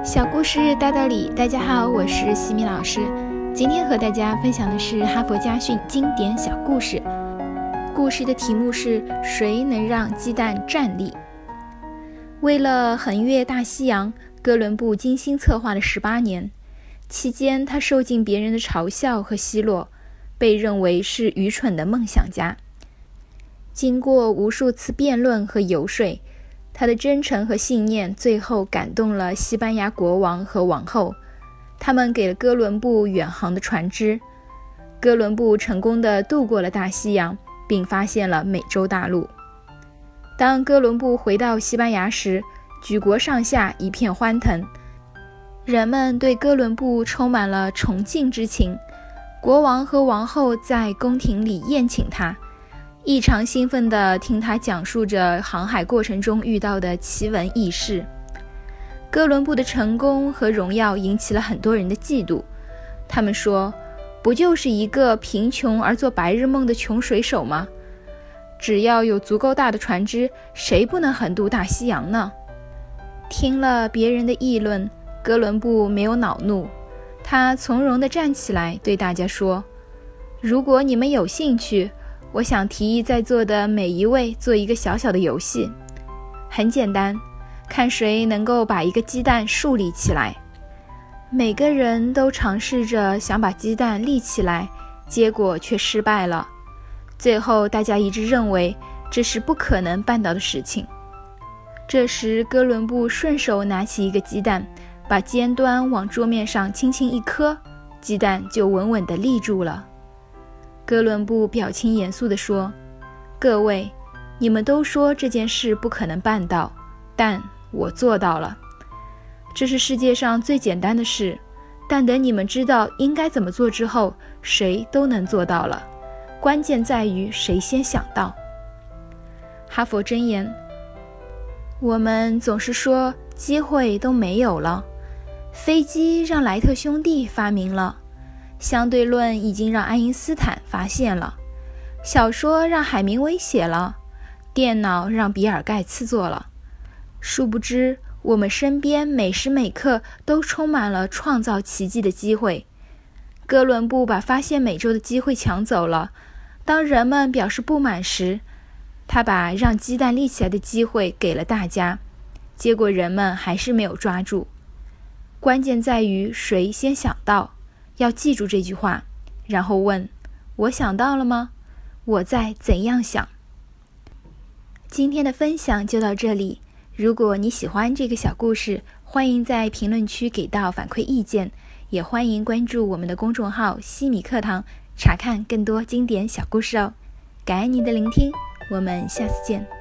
小故事大道理，大家好，我是西米老师。今天和大家分享的是哈佛家训经典小故事。故事的题目是谁能让鸡蛋站立？为了横越大西洋，哥伦布精心策划了18年，期间他受尽别人的嘲笑和奚落，被认为是愚蠢的梦想家。经过无数次辩论和游说，他的真诚和信念最后感动了西班牙国王和王后，他们给了哥伦布远航的船只。哥伦布成功地渡过了大西洋，并发现了美洲大陆。当哥伦布回到西班牙时，举国上下一片欢腾，人们对哥伦布充满了崇敬之情。国王和王后在宫廷里宴请他，异常兴奋地听他讲述着航海过程中遇到的奇闻异事。哥伦布的成功和荣耀引起了很多人的嫉妒，他们说，不就是一个贫穷而做白日梦的穷水手吗？只要有足够大的船只，谁不能横渡大西洋呢？听了别人的议论，哥伦布没有恼怒，他从容地站起来对大家说，如果你们有兴趣，我想提议在座的每一位做一个小小的游戏。很简单，看谁能够把一个鸡蛋竖立起来。每个人都尝试着想把鸡蛋立起来，结果却失败了。最后大家一致认为这是不可能办到的事情。这时哥伦布顺手拿起一个鸡蛋，把尖端往桌面上轻轻一磕，鸡蛋就稳稳地立住了。哥伦布表情严肃地说，各位，你们都说这件事不可能办到，但我做到了。这是世界上最简单的事，但等你们知道应该怎么做之后，谁都能做到了。关键在于谁先想到。哈佛箴言，我们总是说机会都没有了，飞机让莱特兄弟发明了，相对论已经让爱因斯坦发现了，小说让海明威写了，电脑让比尔盖茨做了。殊不知我们身边每时每刻都充满了创造奇迹的机会。哥伦布把发现美洲的机会抢走了，当人们表示不满时，他把让鸡蛋立起来的机会给了大家，结果人们还是没有抓住。关键在于谁先想到，要记住这句话，然后问，我想到了吗？我在怎样想？今天的分享就到这里，如果你喜欢这个小故事，欢迎在评论区给到反馈意见，也欢迎关注我们的公众号西米课堂，查看更多经典小故事哦。感恩您的聆听，我们下次见。